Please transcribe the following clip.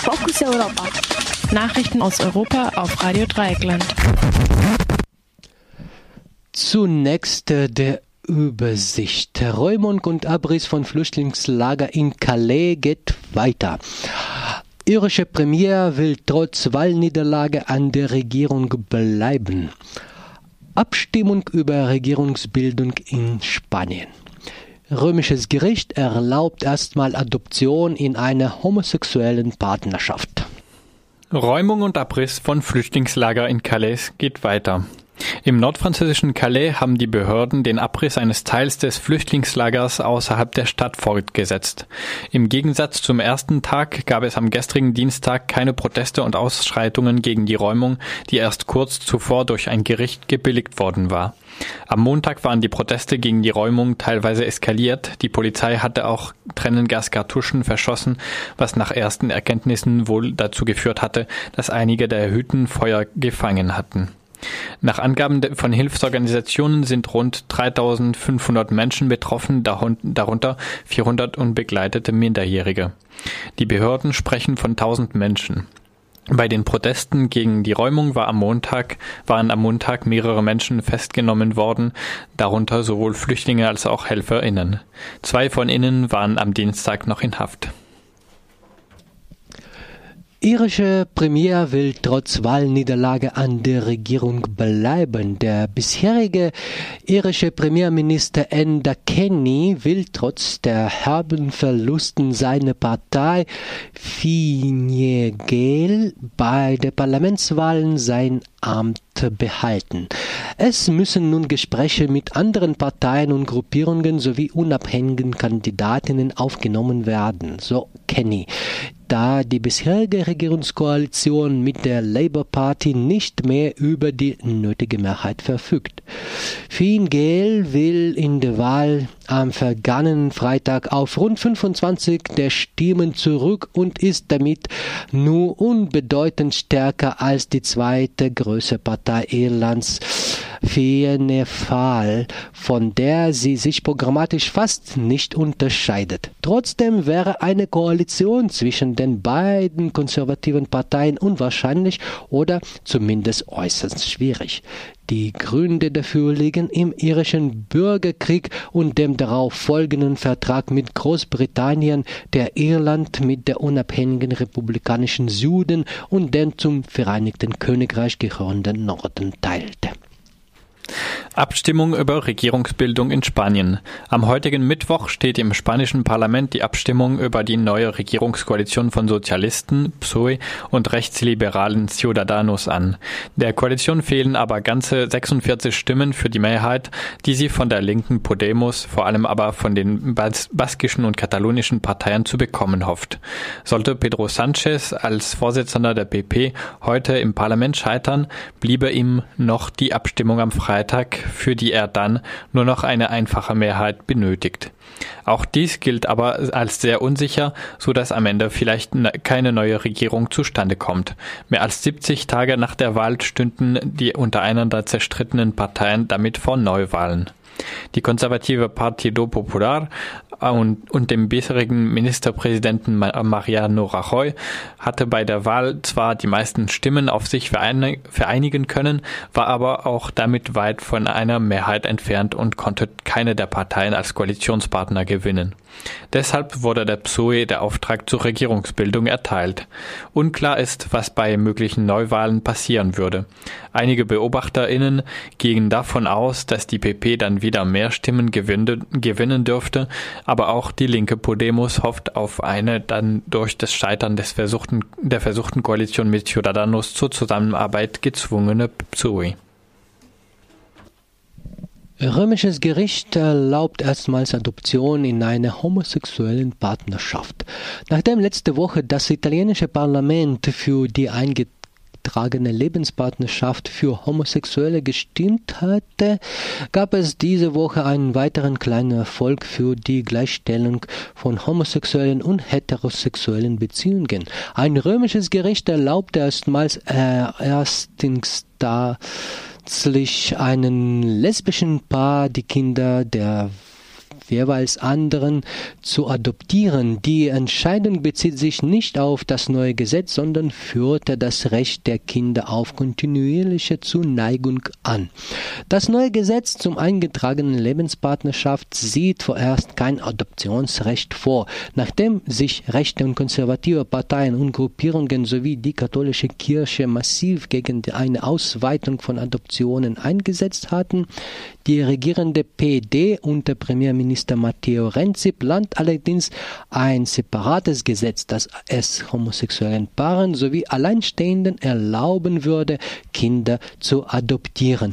Fokus Europa. Nachrichten aus Europa auf Radio Dreieckland. Zunächst der Übersicht. Räumung und Abriss von Flüchtlingslager in Calais geht weiter. Irische Premier will trotz Wahlniederlage an der Regierung bleiben. Abstimmung über Regierungsbildung in Spanien. Römisches Gericht erlaubt erstmal Adoption in einer homosexuellen Partnerschaft. Räumung und Abriss von Flüchtlingslager in Calais geht weiter. Im nordfranzösischen Calais haben die Behörden den Abriss eines Teils des Flüchtlingslagers außerhalb der Stadt fortgesetzt. Im Gegensatz zum ersten Tag gab es am gestrigen Dienstag keine Proteste und Ausschreitungen gegen die Räumung, die erst kurz zuvor durch ein Gericht gebilligt worden war. Am Montag waren die Proteste gegen die Räumung teilweise eskaliert. Die Polizei hatte auch Tränengaskartuschen verschossen, was nach ersten Erkenntnissen wohl dazu geführt hatte, dass einige der Hütten Feuer gefangen hatten. Nach Angaben von Hilfsorganisationen sind rund 3.500 Menschen betroffen, darunter 400 unbegleitete Minderjährige. Die Behörden sprechen von 1.000 Menschen. Bei den Protesten gegen die Räumung waren am Montag mehrere Menschen festgenommen worden, darunter sowohl Flüchtlinge als auch HelferInnen. 2 von ihnen waren am Dienstag noch in Haft. Irische Premier will trotz Wahlniederlage an der Regierung bleiben. Der bisherige irische Premierminister Enda Kenny will trotz der herben Verlusten seiner Partei Fine Gael bei den Parlamentswahlen sein Amt behalten. Es müssen nun Gespräche mit anderen Parteien und Gruppierungen sowie unabhängigen Kandidatinnen aufgenommen werden, so Kenny, da die bisherige Regierungskoalition mit der Labour Party nicht mehr über die nötige Mehrheit verfügt. Fine Gael will in der Wahl am vergangenen Freitag auf rund 25 der Stimmen zurück und ist damit nur unbedeutend stärker als die zweite größte Partei Irlands, Fianna Fáil, von der sie sich programmatisch fast nicht unterscheidet. Trotzdem wäre eine Koalition zwischen den beiden konservativen Parteien unwahrscheinlich oder zumindest äußerst schwierig. Die Gründe dafür liegen im irischen Bürgerkrieg und dem darauf folgenden Vertrag mit Großbritannien, der Irland mit der unabhängigen republikanischen Süden und den zum Vereinigten Königreich gehörenden Norden teilte. Abstimmung über Regierungsbildung in Spanien. Am heutigen Mittwoch steht im spanischen Parlament die Abstimmung über die neue Regierungskoalition von Sozialisten, PSOE und rechtsliberalen Ciudadanos an. Der Koalition fehlen aber ganze 46 Stimmen für die Mehrheit, die sie von der linken Podemos, vor allem aber von den baskischen und katalonischen Parteien zu bekommen hofft. Sollte Pedro Sánchez als Vorsitzender der PP heute im Parlament scheitern, bliebe ihm noch die Abstimmung am Freitag, für die er dann nur noch eine einfache Mehrheit benötigt. Auch dies gilt aber als sehr unsicher, so dass am Ende vielleicht keine neue Regierung zustande kommt. Mehr als 70 Tage nach der Wahl stünden die untereinander zerstrittenen Parteien damit vor Neuwahlen. Die konservative Partido Popular und dem bisherigen Ministerpräsidenten Mariano Rajoy hatte bei der Wahl zwar die meisten Stimmen auf sich vereinigen können, war aber auch damit weit von einer Mehrheit entfernt und konnte keine der Parteien als Koalitionspartner gewinnen. Deshalb wurde der PSOE der Auftrag zur Regierungsbildung erteilt. Unklar ist, was bei möglichen Neuwahlen passieren würde. Einige BeobachterInnen gehen davon aus, dass die PP dann wieder mehr Stimmen gewinnen dürfte, aber auch die linke Podemos hofft auf eine dann durch das Scheitern der versuchten Koalition mit Ciudadanos zur Zusammenarbeit gezwungene PSOE. Römisches Gericht erlaubt erstmals Adoption in einer homosexuellen Partnerschaft. Nachdem letzte Woche das italienische Parlament für die eingetragene Lebenspartnerschaft für Homosexuelle gestimmt hatte, gab es diese Woche einen weiteren kleinen Erfolg für die Gleichstellung von homosexuellen und heterosexuellen Beziehungen. Ein römisches Gericht erlaubte erstmals einem lesbischen Paar die Kinder der jeweils anderen zu adoptieren. Die Entscheidung bezieht sich nicht auf das neue Gesetz, sondern führte das Recht der Kinder auf kontinuierliche Zuneigung an. Das neue Gesetz zum eingetragenen Lebenspartnerschaft sieht vorerst kein Adoptionsrecht vor. Nachdem sich rechte und konservative Parteien und Gruppierungen sowie die katholische Kirche massiv gegen eine Ausweitung von Adoptionen eingesetzt hatten, die regierende PD unter Premierminister Matteo Renzi plant allerdings ein separates Gesetz, das es homosexuellen Paaren sowie Alleinstehenden erlauben würde, Kinder zu adoptieren.